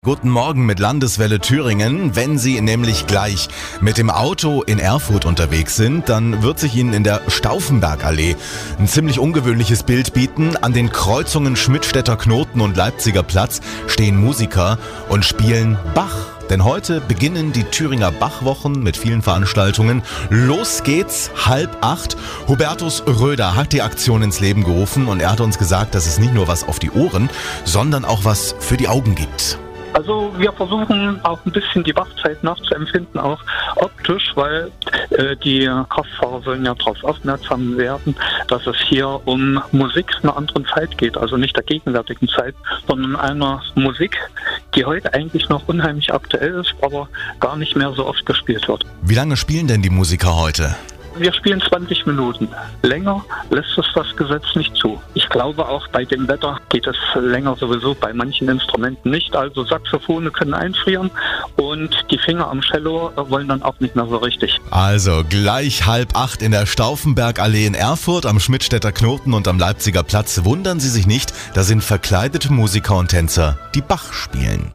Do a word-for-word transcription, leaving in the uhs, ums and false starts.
Guten Morgen mit Landeswelle Thüringen. Wenn Sie nämlich gleich mit dem Auto in Erfurt unterwegs sind, dann wird sich Ihnen in der Stauffenbergallee ein ziemlich ungewöhnliches Bild bieten. An den Kreuzungen Schmidtstädter Knoten und Leipziger Platz stehen Musiker und spielen Bach. Denn heute beginnen die Thüringer Bachwochen mit vielen Veranstaltungen. Los geht's, halb acht. Hubertus Röder hat die Aktion ins Leben gerufen und er hat uns gesagt, dass es nicht nur was auf die Ohren, sondern auch was für die Augen gibt. Also wir versuchen auch ein bisschen die Wachzeit nachzuempfinden, auch optisch, weil äh, die Kraftfahrer sollen ja darauf aufmerksam werden, dass es hier um Musik einer anderen Zeit geht, also nicht der gegenwärtigen Zeit, sondern einer Musik, die heute eigentlich noch unheimlich aktuell ist, aber gar nicht mehr so oft gespielt wird. Wie lange spielen denn die Musiker heute? Wir spielen zwanzig Minuten. Länger lässt es das Gesetz nicht zu. Ich glaube, auch bei dem Wetter geht es länger sowieso bei manchen Instrumenten nicht. Also Saxophone können einfrieren und die Finger am Cello wollen dann auch nicht mehr so richtig. Also gleich halb acht in der Stauffenbergallee in Erfurt, am Schmidtstädter Knoten und am Leipziger Platz. Wundern Sie sich nicht, da sind verkleidete Musiker und Tänzer, die Bach spielen.